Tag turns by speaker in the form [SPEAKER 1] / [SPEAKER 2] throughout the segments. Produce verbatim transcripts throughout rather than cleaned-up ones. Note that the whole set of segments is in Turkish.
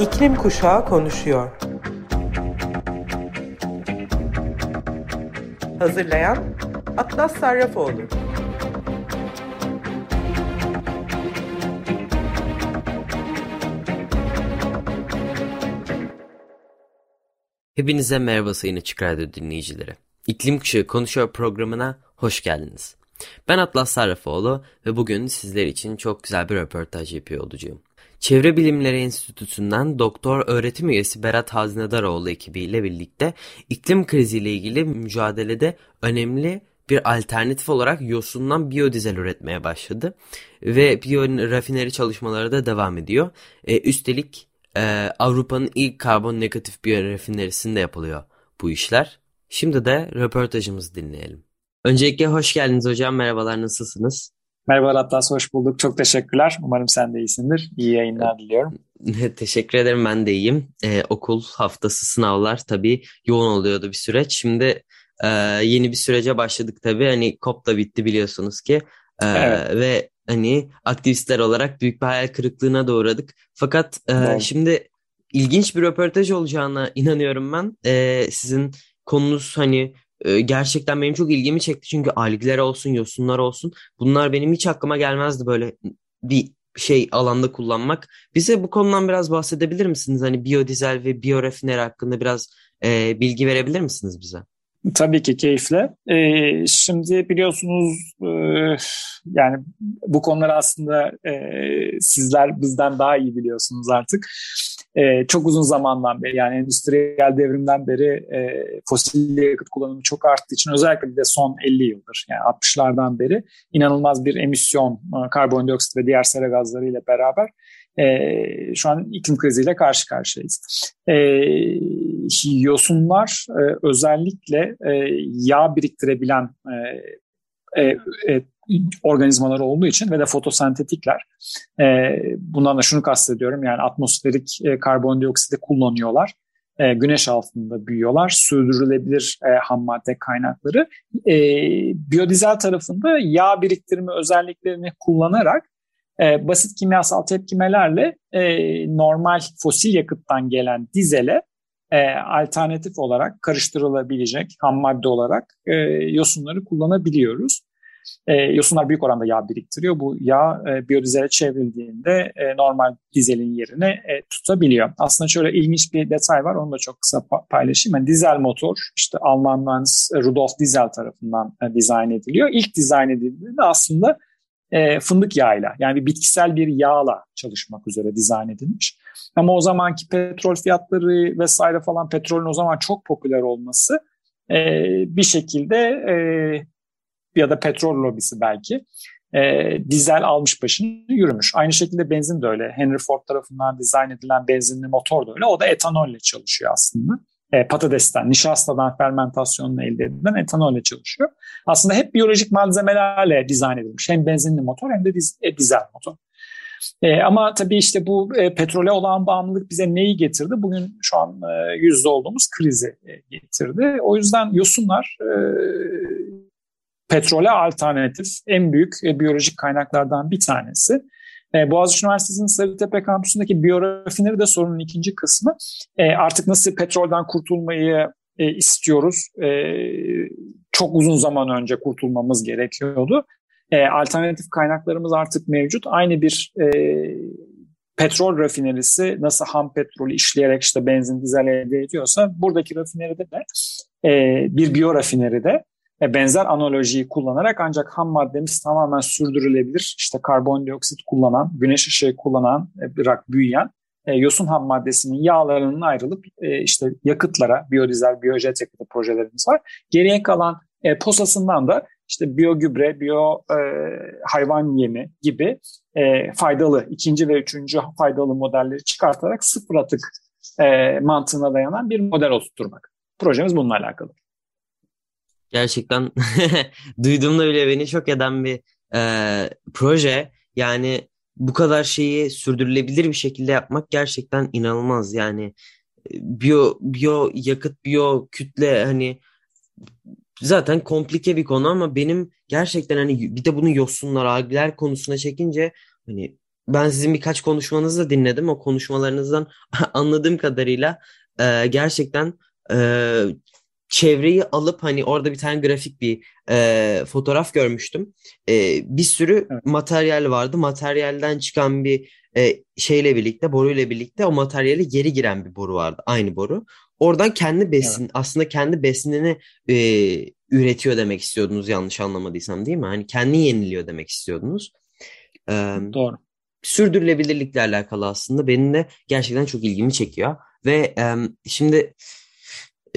[SPEAKER 1] İklim Kuşağı konuşuyor. Hazırlayan Atlas Sarrafoğlu.
[SPEAKER 2] Hepinize merhaba sayın Açık Radyo dinleyicileri. İklim Kuşağı konuşuyor programına hoş geldiniz. Ben Atlas Sarrafoğlu ve bugün sizler için çok güzel bir röportaj yapıyor olacağım. Çevre Bilimleri Enstitüsü'nden doktor öğretim üyesi Berat Hazinedaroğlu ekibiyle birlikte iklim kriziyle ilgili mücadelede önemli bir alternatif olarak yosundan biyodizel üretmeye başladı. Ve biyorafineri çalışmaları da devam ediyor. Ee, üstelik e, Avrupa'nın ilk karbon negatif biyorafinerisinde yapılıyor bu işler. Şimdi de röportajımızı dinleyelim. Öncelikle hoş geldiniz hocam. Merhabalar, nasılsınız?
[SPEAKER 3] Merhaba Atlas, hoş bulduk. Çok teşekkürler. Umarım sen de iyisindir. İyi yayınlar diliyorum.
[SPEAKER 2] Teşekkür ederim, ben de iyiyim. Ee, okul haftası, sınavlar tabii yoğun oluyordu bir süreç. Şimdi e, yeni bir sürece başladık tabii. Hani COP da bitti biliyorsunuz ki. Ee,
[SPEAKER 3] Evet.
[SPEAKER 2] Ve hani aktivistler olarak büyük bir hayal kırıklığına da uğradık. Fakat e,
[SPEAKER 3] Doğru.
[SPEAKER 2] şimdi ilginç bir röportaj olacağına inanıyorum ben. Ee, sizin konunuz hani e, gerçekten benim çok ilgimi çekti. Çünkü algler olsun, yosunlar olsun. Bunlar benim hiç aklıma gelmezdi böyle bir şey alanda kullanmak. Bize bu konudan biraz bahsedebilir misiniz? Hani biyodizel ve biyorafineri hakkında biraz e, bilgi verebilir misiniz bize?
[SPEAKER 3] Tabii ki keyifle. Ee, şimdi biliyorsunuz e, yani bu konuları aslında e, sizler bizden daha iyi biliyorsunuz artık. E, çok uzun zamandan beri, yani endüstriyel devrimden beri e, fosil yakıt kullanımı çok arttığı için, özellikle de son elli yıldır, yani altmışlardan beri inanılmaz bir emisyon, e, karbondioksit ve diğer sera gazları ile beraber e, şu an iklim kriziyle karşı karşıyayız. E, yosunlar e, özellikle e, yağ biriktirebilen e, e, e, organizmalar olduğu için ve de fotosentetikler. E, bundan da şunu kastediyorum, yani atmosferik e, karbondioksiti kullanıyorlar. E, güneş altında büyüyorlar. Sürdürülebilir e, ham madde kaynakları. E, biyodizel tarafında yağ biriktirme özelliklerini kullanarak e, basit kimyasal tepkimelerle e, normal fosil yakıttan gelen dizele e, alternatif olarak karıştırılabilecek ham madde olarak e, yosunları kullanabiliyoruz. E, yosunlar büyük oranda yağ biriktiriyor. Bu yağ e, biyodizele çevrildiğinde e, normal dizelin yerine e, tutabiliyor. Aslında şöyle ilginç bir detay var, onu da çok kısa pa- paylaşayım. Yani dizel motor işte Alman mühendis Rudolf Diesel tarafından e, dizayn ediliyor. İlk dizayn edildiğinde aslında e, fındık yağıyla, yani bir bitkisel bir yağla çalışmak üzere dizayn edilmiş. Ama o zamanki petrol fiyatları vesaire falan, petrolün o zaman çok popüler olması e, bir şekilde e, ya da petrol lobisi belki e, dizel almış başını yürümüş. Aynı şekilde benzin de öyle. Henry Ford tarafından dizayn edilen benzinli motor da öyle. O da etanolle çalışıyor aslında. E, patatesten, nişastadan fermentasyonla elde edilen etanolle çalışıyor. Aslında hep biyolojik malzemelerle dizayn edilmiş. Hem benzinli motor hem de diz, e, dizel motor. E, ama tabii işte bu e, petrole olan bağımlılık bize neyi getirdi? Bugün şu an e, yüzde olduğumuz krizi e, getirdi. O yüzden yosunlar e, petrole alternatif en büyük e, biyolojik kaynaklardan bir tanesi. E, Boğaziçi Üniversitesi'nin Sarıtepe kampüsündeki biyorafineri de sorunun ikinci kısmı. E, artık nasıl petrolden kurtulmayı e, istiyoruz? E, çok uzun zaman önce kurtulmamız gerekiyordu. E, alternatif kaynaklarımız artık mevcut. Aynı bir e, petrol rafinerisi nasıl ham petrolü işleyerek işte benzin, dizel elde ediyorsa, buradaki rafineride de e, bir biyorafineri de benzer analojiyi kullanarak, ancak ham maddemiz tamamen sürdürülebilir, işte karbondioksit kullanan, güneş ışığı kullanan, bırak büyüyen e, yosun ham maddesinin yağlarının ayrılıp e, işte yakıtlara, biyodizel, biyojet yakıtı projelerimiz var. Geriye kalan e, posasından da işte biyogübre, biyo e, hayvan yemi gibi e, faydalı, ikinci ve üçüncü faydalı modelleri çıkartarak sıfır atık e, mantığına dayanan bir model oturtturmak. Projemiz bununla alakalı.
[SPEAKER 2] Gerçekten duyduğumda bile beni şok eden bir e, proje. Yani bu kadar şeyi sürdürülebilir bir şekilde yapmak gerçekten inanılmaz. Yani e, biyo biyo yakıt, biyo kütle, hani zaten komplike bir konu ama benim gerçekten hani bir de bunu yosunlar, algler konusuna çekince hani ben sizin birkaç konuşmanızı da dinledim. O konuşmalarınızdan anladığım kadarıyla e, gerçekten e, çevreyi alıp hani orada bir tane grafik bir e, fotoğraf görmüştüm. E, bir sürü
[SPEAKER 3] Evet,
[SPEAKER 2] materyal vardı. Materyalden çıkan bir e, şeyle birlikte, boruyla birlikte o materyale geri giren bir boru vardı. Aynı boru. Oradan kendi
[SPEAKER 3] evet.
[SPEAKER 2] besin, aslında kendi besinini e, üretiyor demek istiyordunuz yanlış anlamadıysam, değil mi? Hani kendi yeniliyor demek istiyordunuz. E,
[SPEAKER 3] Doğru.
[SPEAKER 2] Sürdürülebilirlikle alakalı aslında benim de gerçekten çok ilgimi çekiyor. Ve e, şimdi e,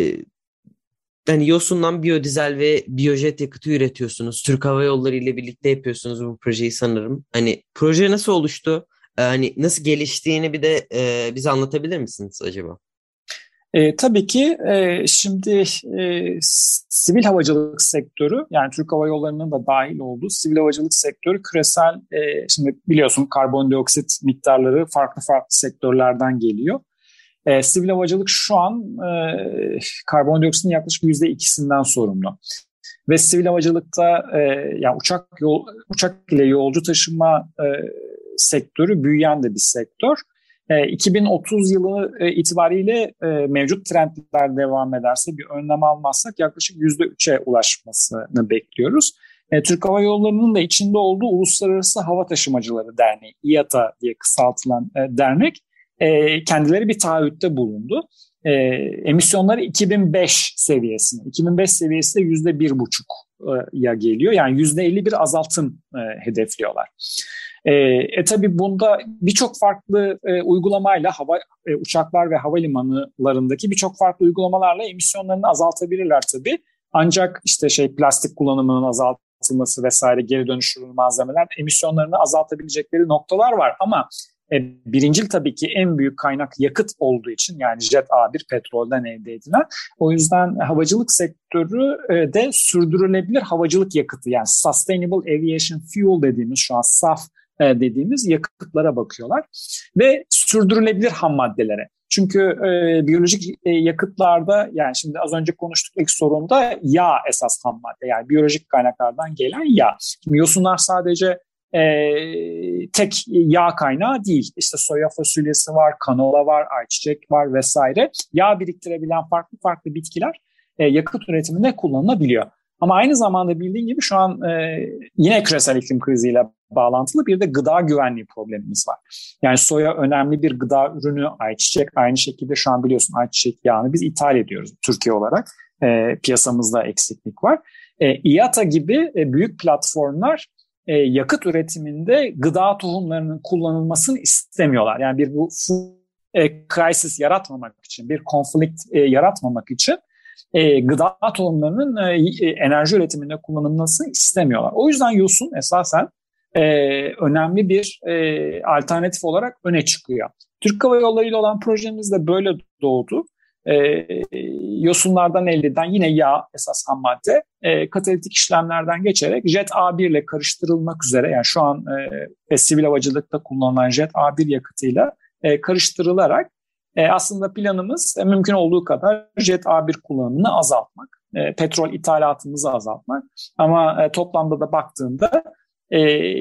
[SPEAKER 2] yani yosundan biyodizel ve biyojet yakıtı üretiyorsunuz. Türk Hava Yolları ile birlikte yapıyorsunuz bu projeyi sanırım. Hani proje nasıl oluştu? E, hani nasıl geliştiğini bir de e, bize anlatabilir misiniz acaba?
[SPEAKER 3] E, tabii ki e, şimdi e, sivil havacılık sektörü, yani Türk Hava Yolları'nın da dahil olduğu sivil havacılık sektörü küresel, e, şimdi biliyorsun karbondioksit miktarları farklı farklı sektörlerden geliyor. E, sivil havacılık şu an e, karbondioksitin yaklaşık yüzde ikisinden sorumlu. Ve sivil havacılıkta e, yani uçak yol, uçak ile yolcu taşıma e, sektörü büyüyen de bir sektör. E, iki bin otuz yılı e, itibariyle e, mevcut trendler devam ederse, bir önlem almazsak yaklaşık yüzde üçe ulaşmasını bekliyoruz. E, Türk Hava Yolları'nın da içinde olduğu Uluslararası Hava Taşımacıları Derneği, İ A T A diye kısaltılan e, dernek, e, kendileri bir taahhütte bulundu. E, emisyonları iki bin beş seviyesine, iki bin beş seviyesi de yüzde bir buçuk'a geliyor. Yani yüzde elli bir azaltım e, hedefliyorlar. E, e tabii bunda birçok farklı e, uygulamayla hava e, uçaklar ve havalimanlarındaki birçok farklı uygulamalarla emisyonlarını azaltabilirler tabii. Ancak işte şey plastik kullanımının azaltılması vesaire, geri dönüştürülmüş malzemeler emisyonlarını azaltabilecekleri noktalar var ama E, birincil tabii ki en büyük kaynak yakıt olduğu için, yani Jet A bir petrolden elde edilen. O yüzden havacılık sektörü e, de sürdürülebilir havacılık yakıtı, yani Sustainable Aviation Fuel dediğimiz, şu an SAF e, dediğimiz yakıtlara bakıyorlar. Ve sürdürülebilir ham maddelere. Çünkü e, biyolojik e, yakıtlarda, yani şimdi az önce konuştuk ilk sorunda, yağ esas ham madde, yani biyolojik kaynaklardan gelen yağ. Şimdi yosunlar sadece e, tek yağ kaynağı değil. İşte soya fasulyesi var, kanola var, ayçiçek var vesaire. Yağ biriktirebilen farklı farklı bitkiler e, yakıt üretiminde kullanılabiliyor. Ama aynı zamanda bildiğin gibi şu an e, yine küresel iklim kriziyle bağlantılı bir de gıda güvenliği problemimiz var. Yani soya önemli bir gıda ürünü, ayçiçek aynı şekilde, şu an biliyorsun ayçiçek yağını biz ithal ediyoruz Türkiye olarak. E, piyasamızda eksiklik var. E, İ A T A gibi e, büyük platformlar e, yakıt üretiminde gıda tohumlarının kullanılmasını istemiyorlar. Yani bir bu e, crisis yaratmamak için, bir konflikt e, yaratmamak için e, gıda tohumlarının e, enerji üretiminde kullanılmasını istemiyorlar. O yüzden yosun esasen e, önemli bir e, alternatif olarak öne çıkıyor. Türk Hava Yolları ile olan projemiz de böyle doğdu. E, yosunlardan elde edilen yine yağ esas ham madde e, katalitik işlemlerden geçerek Jet A bir ile karıştırılmak üzere, yani şu an e, sivil havacılıkta kullanılan Jet A bir yakıtıyla e, karıştırılarak e, aslında planımız e, mümkün olduğu kadar Jet A bir kullanımını azaltmak, e, petrol ithalatımızı azaltmak, ama e, toplamda da baktığında e,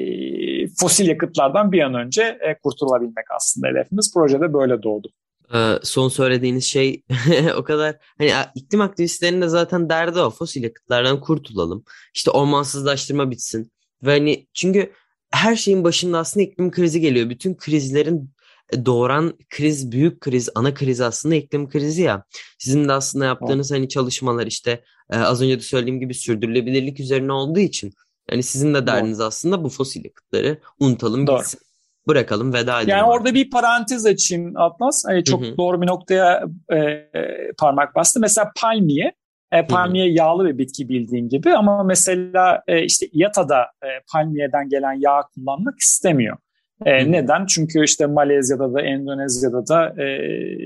[SPEAKER 3] fosil yakıtlardan bir an önce e, kurtulabilmek aslında hedefimiz. Projede böyle doğdu.
[SPEAKER 2] Ee, son söylediğiniz şey o kadar, hani iklim aktivistlerinin de zaten derdi o, fosil yakıtlardan kurtulalım, işte ormansızlaştırma bitsin ve hani çünkü her şeyin başında aslında iklim krizi geliyor, bütün krizlerin doğuran kriz, büyük kriz, ana kriz aslında iklim krizi ya. Sizin de aslında yaptığınız hani çalışmalar işte e, az önce de söylediğim gibi sürdürülebilirlik üzerine olduğu için yani sizin de
[SPEAKER 3] Doğru.
[SPEAKER 2] derdiniz aslında bu fosil yakıtları unutalım
[SPEAKER 3] Doğru.
[SPEAKER 2] gitsin, bırakalım, veda edelim
[SPEAKER 3] Yani
[SPEAKER 2] artık.
[SPEAKER 3] orada bir parantez açayım Atlas. Yani çok
[SPEAKER 2] Hı hı.
[SPEAKER 3] doğru bir noktaya e, parmak bastı. Mesela palmiye, e, palmiye yağlı bir bitki bildiğin gibi, ama mesela e, işte İ A T A'da e, palmiyeden gelen yağ kullanmak istemiyor. E,
[SPEAKER 2] Hı hı.
[SPEAKER 3] neden? Çünkü işte Malezya'da da Endonezya'da da e,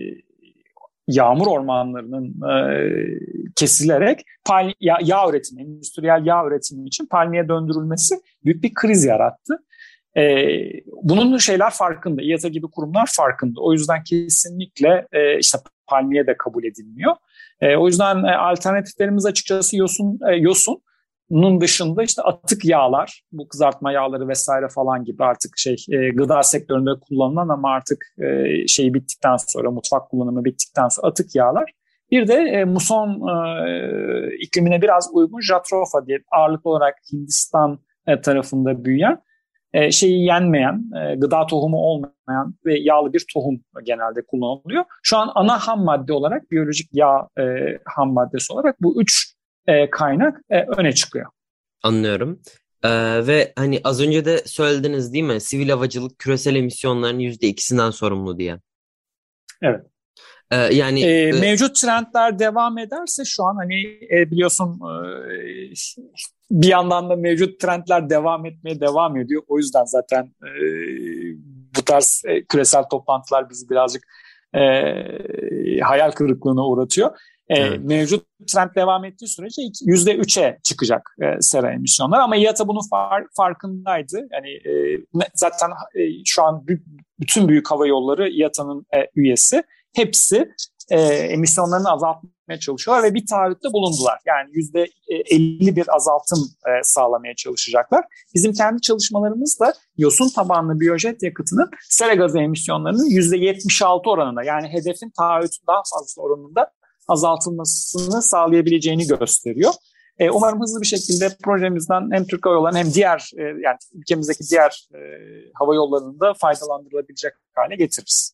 [SPEAKER 3] yağmur ormanlarının e, kesilerek pal yağ, yağ üretimi, endüstriyel yağ üretimi için palmiye döndürülmesi büyük bir kriz yarattı. Ee, bunun şeyler farkında, İ A T A gibi kurumlar farkında. O yüzden kesinlikle e, işte palmiye de kabul edilmiyor. E, o yüzden e, alternatiflerimiz açıkçası yosun, e, yosun Bunun dışında işte atık yağlar, bu kızartma yağları vesaire falan gibi artık şey e, gıda sektöründe kullanılan ama artık e, şeyi bittikten sonra, mutfak kullanımı bittikten sonra atık yağlar. Bir de e, muson e, iklimine biraz uygun Jatropha diye ağırlıklı olarak Hindistan e, tarafında büyüyen, e, şeyi yenmeyen, e, gıda tohumu olmayan ve yağlı bir tohum genelde kullanılıyor. Şu an ana ham madde olarak, biyolojik yağ e, ham maddesi olarak bu üç e, kaynak e, öne çıkıyor.
[SPEAKER 2] Anlıyorum. Ee, ve hani az önce de söylediniz değil mi? Sivil havacılık küresel emisyonların yüzde ikisinden sorumlu diye.
[SPEAKER 3] Evet.
[SPEAKER 2] Ee, yani
[SPEAKER 3] e,
[SPEAKER 2] e,
[SPEAKER 3] mevcut trendler devam ederse şu an hani e, biliyorsun e, bir yandan da mevcut trendler devam etmeye devam ediyor. O yüzden zaten e, bu tarz e, küresel toplantılar bizi birazcık e, hayal kırıklığına uğratıyor. E,
[SPEAKER 2] evet.
[SPEAKER 3] Mevcut trend devam ettiği sürece yüzde üçe çıkacak e, sera emisyonlar. Ama İATA bunun far, farkındaydı. Yani e, zaten e, şu an b- bütün büyük hava yolları İATA'nın e, üyesi. Hepsi e, emisyonlarını azaltmaya çalışıyorlar ve bir taahhütte bulundular. Yani yüzde elli bir azaltım e, sağlamaya çalışacaklar. Bizim kendi çalışmalarımız da yosun tabanlı biyojet yakıtının sera gazı emisyonlarının yüzde yetmiş altı oranında, yani hedefin taahhütün daha fazla oranında azaltılmasını sağlayabileceğini gösteriyor. E, umarım hızlı bir şekilde projemizden hem Türk Hava Yolları hem diğer e, yani ülkemizdeki diğer e, hava yollarını da faydalandırılabilecek hale getiririz.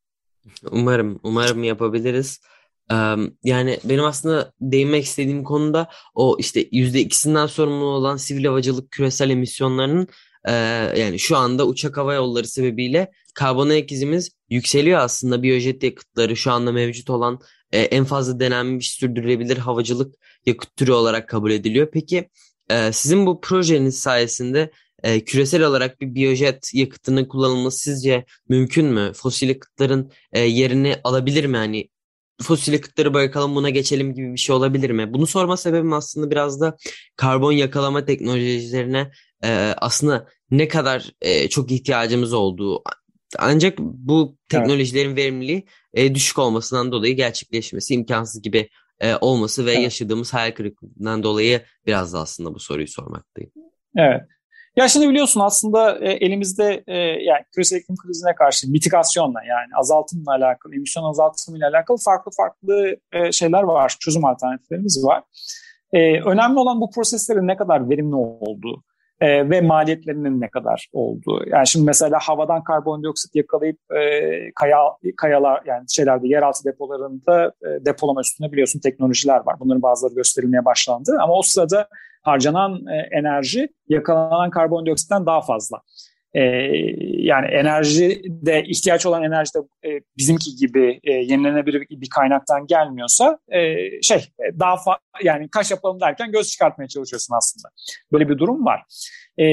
[SPEAKER 2] Umarım, umarım yapabiliriz. Ee, yani benim aslında değinmek istediğim konuda o işte yüzde ikisinden sorumlu olan sivil havacılık küresel emisyonlarının e, yani şu anda uçak hava yolları sebebiyle karbon ayak izimiz yükseliyor aslında. Biyojet yakıtları şu anda mevcut olan e, en fazla denenmiş sürdürülebilir havacılık yakıt türü olarak kabul ediliyor. Peki e, sizin bu projeniz sayesinde e, küresel olarak bir biyojet yakıtının kullanılması sizce mümkün mü? Fosil yakıtların e, yerini alabilir mi? Hani fosil yakıtları bırakalım buna geçelim gibi bir şey olabilir mi? Bunu sorma sebebim aslında biraz da karbon yakalama teknolojilerine e, aslında ne kadar e, çok ihtiyacımız olduğu. Ancak bu
[SPEAKER 3] Evet.
[SPEAKER 2] teknolojilerin verimliliği e, düşük olmasından dolayı gerçekleşmesi imkansız gibi e, olması ve
[SPEAKER 3] Evet.
[SPEAKER 2] yaşadığımız hayal kırıklığından dolayı biraz da aslında bu soruyu sormaktayım.
[SPEAKER 3] Evet. Ya şimdi biliyorsun aslında e, elimizde e, yani küresel iklim krizine karşı mitigasyonla, yani azaltımla alakalı, emisyon azaltımıyla alakalı farklı farklı e, şeyler var, çözüm alternatiflerimiz var. E, önemli olan bu proseslerin ne kadar verimli olduğu e, ve maliyetlerinin ne kadar olduğu. Yani şimdi mesela havadan karbondioksit yakalayıp e, kaya kayalar, yani şeylerde, yeraltı depolarında e, depolama üstüne biliyorsun teknolojiler var. Bunların bazıları gösterilmeye başlandı ama o sırada harcanan e, enerji yakalanan karbondioksitten daha fazla. E, yani enerjide ihtiyaç olan enerji de e, bizimki gibi e, yenilenebilir bir kaynaktan gelmiyorsa e, şey e, daha fa- yani kaş yapalım derken göz çıkartmaya çalışıyorsun aslında. Böyle bir durum var. E,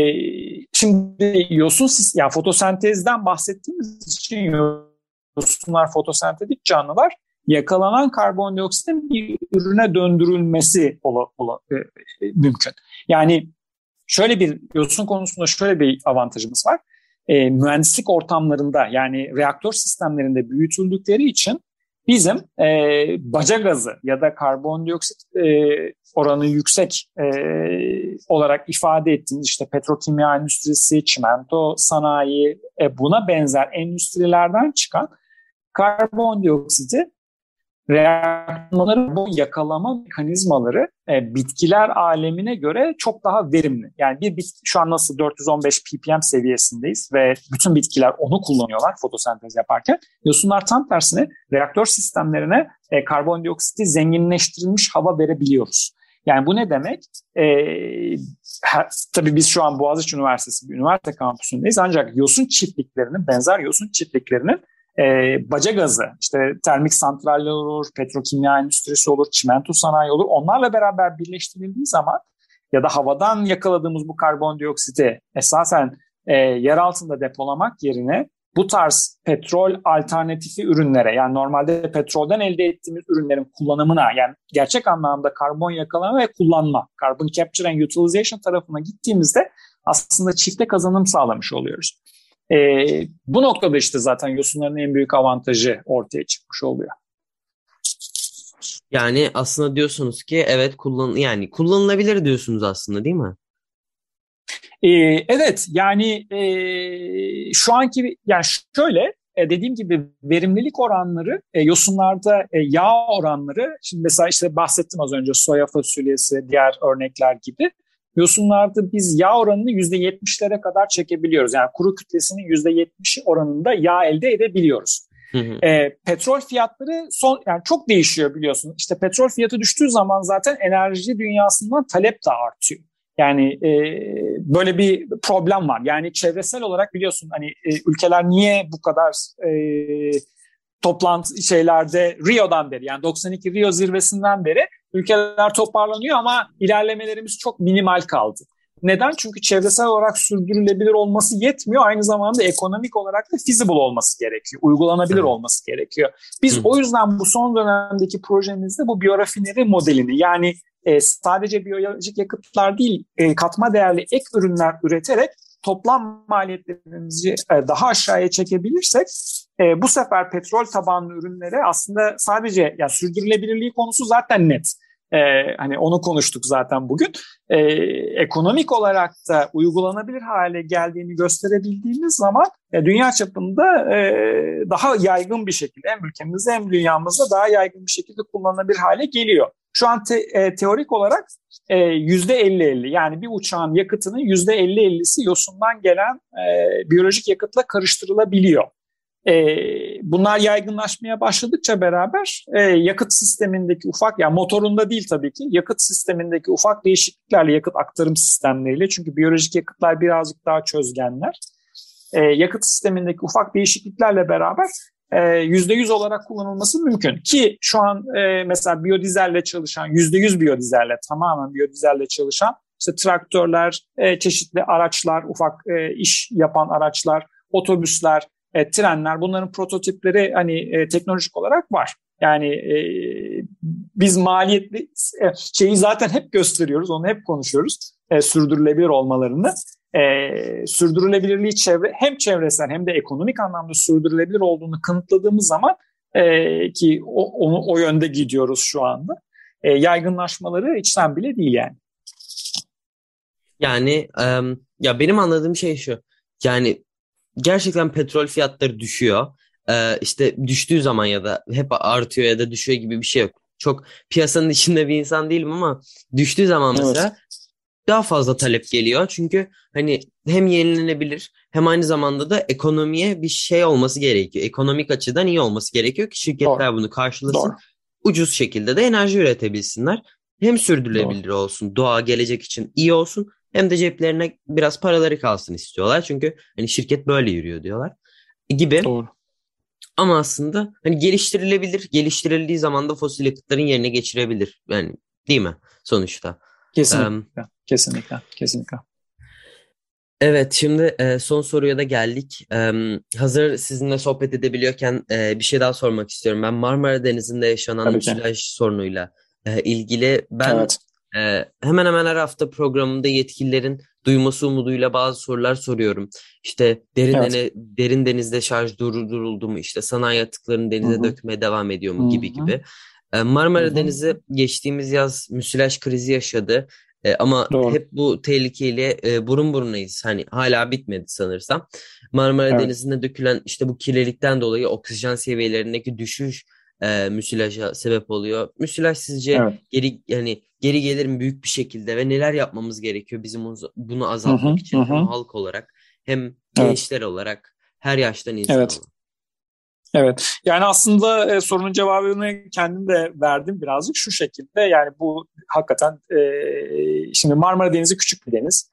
[SPEAKER 3] şimdi yosun yani fotosentezden bahsettiğimiz için yosunlar fotosentetik canlılar. Yakalanan karbondioksitin bir ürüne döndürülmesi ola, ola, e, e, mümkün. Yani şöyle bir yosun konusunda şöyle bir avantajımız var. E, mühendislik ortamlarında, yani reaktör sistemlerinde büyütüldükleri için bizim e, baca gazı ya da karbondioksit e, oranı yüksek e, olarak ifade ettiğimiz işte petrokimya endüstrisi, çimento sanayi, e, buna benzer endüstrilerden çıkan karbondioksiti reaktörleri, bu yakalama mekanizmaları e, bitkiler alemine göre çok daha verimli. Yani bir bitki şu an nasıl dört yüz on beş ppm seviyesindeyiz ve bütün bitkiler onu kullanıyorlar fotosentez yaparken. Yosunlar tam tersine reaktör sistemlerine e, karbondioksiti zenginleştirilmiş hava verebiliyoruz. Yani bu ne demek? E, her, tabii biz şu an Boğaziçi Üniversitesi bir üniversite kampüsündeyiz, ancak yosun çiftliklerinin, benzer yosun çiftliklerinin E, baca gazı, işte termik santraller olur, petrokimya endüstrisi olur, çimento sanayi olur. Onlarla beraber birleştirildiği zaman ya da havadan yakaladığımız bu karbondioksiti esasen e, yer altında depolamak yerine bu tarz petrol alternatifi ürünlere, yani normalde petrolden elde ettiğimiz ürünlerin kullanımına, yani gerçek anlamda karbon yakalama ve kullanma, carbon capture and utilization tarafına gittiğimizde aslında çifte kazanım sağlamış oluyoruz. E, bu noktada işte zaten yosunların en büyük avantajı ortaya çıkmış oluyor.
[SPEAKER 2] Yani aslında diyorsunuz ki evet kullan yani kullanılabilir diyorsunuz aslında değil mi?
[SPEAKER 3] Ee, evet yani e, şu anki yani şöyle e, dediğim gibi verimlilik oranları e, yosunlarda e, yağ oranları şimdi mesela işte bahsettim az önce soya fasulyesi diğer örnekler gibi yosunlarda biz yağ oranını yüzde yetmişlere kadar çekebiliyoruz. Yani kuru kütlesinin yüzde yetmişi oranında yağ elde edebiliyoruz.
[SPEAKER 2] Hı hı.
[SPEAKER 3] E, petrol fiyatları son yani çok değişiyor biliyorsun. İşte petrol fiyatı düştüğü zaman zaten enerji dünyasından talep de artıyor. Yani e, böyle bir problem var. Yani çevresel olarak biliyorsun hani e, ülkeler niye bu kadar e, toplantı şeylerde Rio'dan beri yani doksan iki Rio zirvesinden beri ülkeler toparlanıyor ama ilerlemelerimiz çok minimal kaldı. Neden? Çünkü çevresel olarak sürdürülebilir olması yetmiyor. Aynı zamanda ekonomik olarak da feasible olması gerekiyor. Uygulanabilir
[SPEAKER 2] Evet.
[SPEAKER 3] olması gerekiyor. Biz
[SPEAKER 2] Hı hı.
[SPEAKER 3] o yüzden bu son dönemdeki projemizde bu biyorafineri modelini yani e, sadece biyolojik yakıtlar değil e, katma değerli ek ürünler üreterek toplam maliyetlerimizi e, daha aşağıya çekebilirsek e, bu sefer petrol tabanlı ürünlere aslında sadece yani sürdürülebilirliği konusu zaten net. Ee, hani onu konuştuk zaten bugün. Ee, ekonomik olarak da uygulanabilir hale geldiğini gösterebildiğimiz zaman e, dünya çapında e, daha yaygın bir şekilde hem ülkemizde hem dünyamızda daha yaygın bir şekilde kullanılabilir hale geliyor. Şu an te, e, teorik olarak e, yüzde elli elli yani bir uçağın yakıtının yüzde elli ellisi yosundan gelen e, biyolojik yakıtla karıştırılabiliyor. E, bunlar yaygınlaşmaya başladıkça beraber e, yakıt sistemindeki ufak, yani motorunda değil tabii ki, yakıt sistemindeki ufak değişikliklerle, yakıt aktarım sistemleriyle, çünkü biyolojik yakıtlar birazcık daha çözgenler, e, yakıt sistemindeki ufak değişikliklerle beraber e, yüzde yüz olarak kullanılması mümkün. Ki şu an e, mesela biyodizelle çalışan, yüzde yüz biyodizelle, tamamen biyodizelle çalışan işte traktörler, e, çeşitli araçlar, ufak e, iş yapan araçlar, otobüsler, E, trenler, bunların prototipleri hani e, teknolojik olarak var. Yani e, biz maliyetli e, şeyi zaten hep gösteriyoruz, onu hep konuşuyoruz. E, sürdürülebilir olmalarını. E, sürdürülebilirliği çevre hem çevresel hem de ekonomik anlamda sürdürülebilir olduğunu kanıtladığımız zaman e, ki o, onu o yönde gidiyoruz şu anda. E, yaygınlaşmaları içten bile değil yani.
[SPEAKER 2] Yani em, ya benim anladığım şey şu. Yani gerçekten petrol fiyatları düşüyor. Ee, işte düştüğü zaman ya da hep artıyor ya da düşüyor gibi bir şey yok. Çok piyasanın içinde bir insan değilim ama düştüğü zaman
[SPEAKER 3] Evet.
[SPEAKER 2] mesela daha fazla talep geliyor. Çünkü hani hem yenilenebilir hem aynı zamanda da ekonomiye bir şey olması gerekiyor. Ekonomik açıdan iyi olması gerekiyor ki
[SPEAKER 3] Doğru.
[SPEAKER 2] şirketler bunu karşılasın.
[SPEAKER 3] Doğru.
[SPEAKER 2] Ucuz şekilde de enerji üretebilsinler. Hem
[SPEAKER 3] Doğru.
[SPEAKER 2] sürdürülebilir olsun, doğa gelecek için iyi olsun. Hem de ceplerine biraz paraları kalsın istiyorlar. Çünkü hani şirket böyle yürüyor diyorlar gibi.
[SPEAKER 3] Doğru.
[SPEAKER 2] Ama aslında hani geliştirilebilir. Geliştirildiği zaman da fosil yakıtların yerine geçirebilir. Yani değil mi sonuçta? Em,
[SPEAKER 3] Kesinlikle. Kesinlikle. Kesinlikle.
[SPEAKER 2] Evet, şimdi e, son soruya da geldik. Em, hazır sizinle sohbet edebiliyorken e, bir şey daha sormak istiyorum. Ben Marmara Denizi'nde yaşanan
[SPEAKER 3] Tabii ki.
[SPEAKER 2] müsilaj sorunuyla e, ilgili ben
[SPEAKER 3] Evet.
[SPEAKER 2] e, hemen hemen her hafta programımda yetkililerin duyması umuduyla bazı sorular soruyorum. İşte derin,
[SPEAKER 3] Evet.
[SPEAKER 2] dene, derin denizde şarj durduruldu mu? İşte sanayi atıklarını
[SPEAKER 3] Hı
[SPEAKER 2] denize
[SPEAKER 3] hı.
[SPEAKER 2] dökmeye devam ediyor
[SPEAKER 3] Hı
[SPEAKER 2] mu gibi
[SPEAKER 3] hı.
[SPEAKER 2] gibi. E,
[SPEAKER 3] Hı
[SPEAKER 2] Marmara
[SPEAKER 3] hı.
[SPEAKER 2] Denizi geçtiğimiz yaz müsilaj krizi yaşadı. E, ama
[SPEAKER 3] Doğru.
[SPEAKER 2] hep bu tehlikeyle e, burun burunayız. Hani hala bitmedi sanırsam. Marmara
[SPEAKER 3] Evet.
[SPEAKER 2] Denizi'ne dökülen işte bu kirlilikten dolayı oksijen seviyelerindeki düşüş e, müsilaja sebep oluyor. Müsilaj sizce
[SPEAKER 3] Evet.
[SPEAKER 2] geri yani geri gelir mi büyük bir şekilde ve neler yapmamız gerekiyor bizim uz- bunu
[SPEAKER 3] Hı hı.
[SPEAKER 2] azaltmak
[SPEAKER 3] Hı
[SPEAKER 2] için hem
[SPEAKER 3] hı.
[SPEAKER 2] halk olarak hem
[SPEAKER 3] Evet.
[SPEAKER 2] gençler olarak her yaştan insan
[SPEAKER 3] Evet.
[SPEAKER 2] olarak.
[SPEAKER 3] Evet. Yani aslında e, sorunun cevabını kendim de verdim birazcık şu şekilde. Yani bu hakikaten e, şimdi Marmara Denizi küçük bir deniz.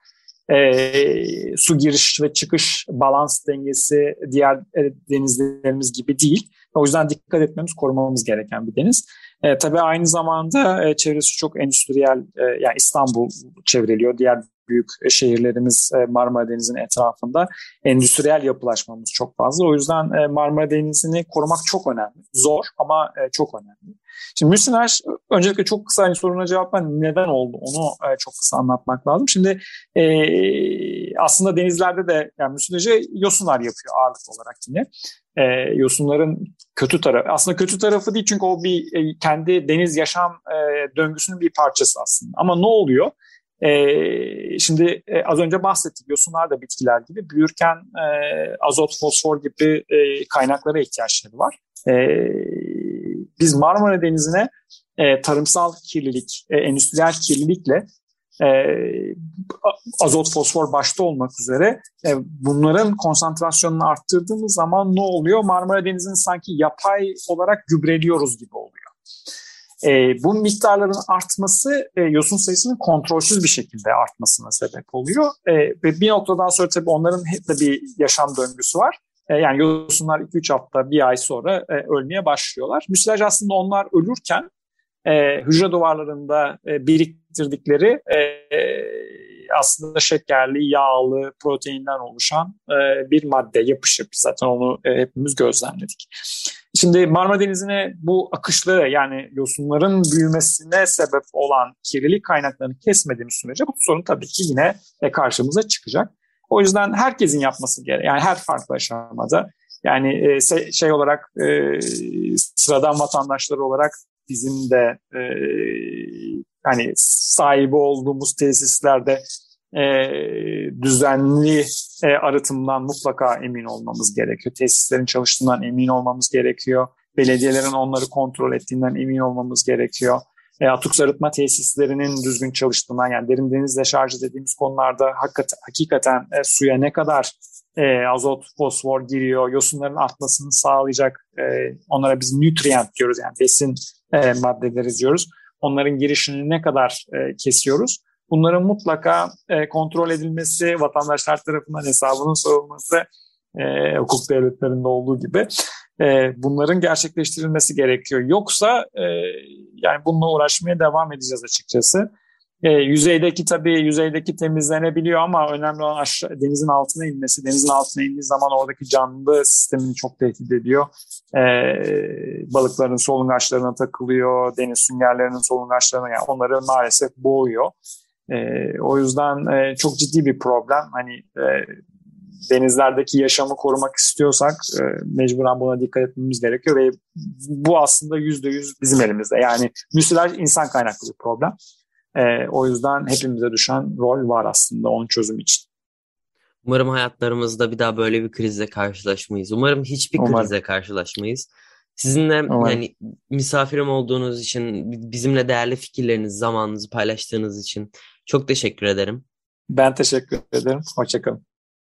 [SPEAKER 3] E, su giriş ve çıkış balans dengesi diğer e, denizlerimiz gibi değil. O yüzden dikkat etmemiz, korumamız gereken bir deniz. E, tabii aynı zamanda e, çevresi çok endüstriyel, e, yani İstanbul çevreliyor. Diğer büyük şehirlerimiz Marmara Denizi'nin etrafında. Endüstriyel yapılaşmamız çok fazla. O yüzden Marmara Denizi'ni korumak çok önemli. Zor ama çok önemli. Şimdi müsilaj, öncelikle çok kısa hani soruna cevap vermem, neden oldu onu çok kısa anlatmak lazım. Şimdi e, aslında denizlerde de yani müsilajı yosunlar yapıyor ağırlıklı olarak yine. E, yosunların kötü tarafı, aslında kötü tarafı değil çünkü o bir e, kendi deniz yaşam e, döngüsünün bir parçası aslında. Ama ne oluyor? E, şimdi e, az önce bahsettik, yosunlar da bitkiler gibi büyürken e, azot, fosfor gibi e, kaynaklara ihtiyaçları var. E, biz Marmara Denizi'ne e, tarımsal kirlilik, e, endüstriyel kirlilikle e, azot, fosfor başta olmak üzere e, bunların konsantrasyonunu arttırdığımız zaman ne oluyor? Marmara Denizi'ni sanki yapay olarak gübreliyoruz gibi oluyor. E, bu miktarların artması e, yosun sayısının kontrolsüz bir şekilde artmasına sebep oluyor. E, ve bir noktadan sonra tabii onların hep de bir yaşam döngüsü var. E, yani yosunlar iki üç hafta, bir ay sonra e, ölmeye başlıyorlar. Müsilaj aslında onlar ölürken e, hücre duvarlarında e, biriktirdikleri e, aslında şekerli, yağlı, proteinden oluşan e, bir madde, yapış yapış. Zaten onu e, hepimiz gözlemledik. Şimdi Marmara Denizi'ne bu akışları, yani yosunların büyümesine sebep olan kirlilik kaynaklarını kesmediğimiz sürece bu sorun tabii ki yine karşımıza çıkacak. O yüzden herkesin yapması gerek. Yani her farklı aşamada. Yani e, şey olarak e, sıradan vatandaşlar olarak bizim de e, hani sahibi olduğumuz tesislerde e, düzenli e, arıtımdan mutlaka emin olmamız gerekiyor. Tesislerin çalıştığından emin olmamız gerekiyor. Belediyelerin onları kontrol ettiğinden emin olmamız gerekiyor. E, atık arıtma tesislerinin düzgün çalıştığından, yani derin deniz deşarjı dediğimiz konularda hakikaten, hakikaten e, suya ne kadar e, azot, fosfor giriyor, yosunların artmasını sağlayacak, e, onlara biz nutrient diyoruz, yani besin e, maddeleri diyoruz. Onların girişini ne kadar e, kesiyoruz? Bunların mutlaka e, kontrol edilmesi, vatandaşlar tarafından hesabının sorulması, e, hukuk devletlerinde olduğu gibi e, bunların gerçekleştirilmesi gerekiyor. Yoksa e, yani bununla uğraşmaya devam edeceğiz açıkçası. E, yüzeydeki tabii yüzeydeki temizlenebiliyor ama önemli olan aşağı, denizin altına inmesi. Denizin altına indiği zaman oradaki canlı sistemini çok tehdit ediyor. E, balıkların solungaçlarına takılıyor, deniz süngerlerinin solungaçlarına, yani onları maalesef boğuyor. E, o yüzden e, çok ciddi bir problem. Hani e, denizlerdeki yaşamı korumak istiyorsak e, mecburen buna dikkat etmemiz gerekiyor ve bu aslında yüzde yüz bizim elimizde. Yani müsilaj insan kaynaklı bir problem. E, o yüzden hepimize düşen rol var aslında onun çözümü için.
[SPEAKER 2] Umarım hayatlarımızda bir daha böyle bir krizle karşılaşmayız. Umarım hiçbir
[SPEAKER 3] Umarım.
[SPEAKER 2] krizle karşılaşmayız. Sizinle Umarım. yani misafirim olduğunuz için, bizimle değerli fikirlerinizi, zamanınızı paylaştığınız için çok teşekkür ederim.
[SPEAKER 3] Ben teşekkür ederim. Hoşçakalın.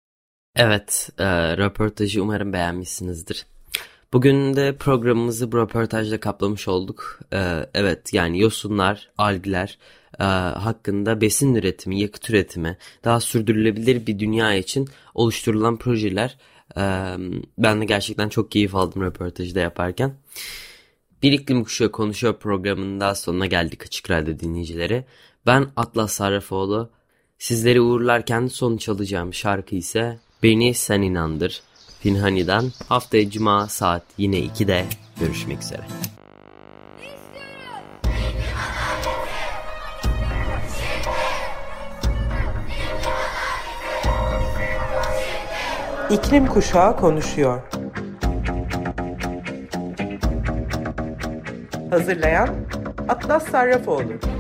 [SPEAKER 2] Evet, e, röportajı umarım beğenmişsinizdir. Bugün de programımızı bu röportajla kaplamış olduk. E, evet, yani yosunlar, algler e, hakkında besin üretimi, yakıt üretimi, daha sürdürülebilir bir dünya için oluşturulan projeler. E, ben de gerçekten çok keyif aldım röportajı da yaparken. Bir İklim Kuşağı Konuşuyor programının daha sonuna geldik Açık Radyo dinleyicileri. Ben Atlas Sarrafoğlu. Sizleri uğurlarken son çalacağım şarkı ise Beni Sen İnandır. Pinhani'den. Haftaya Cuma saat yine ikide görüşmek üzere.
[SPEAKER 1] İklim Kuşağı konuşuyor. Hazırlayan Atlas Sarrafoğlu.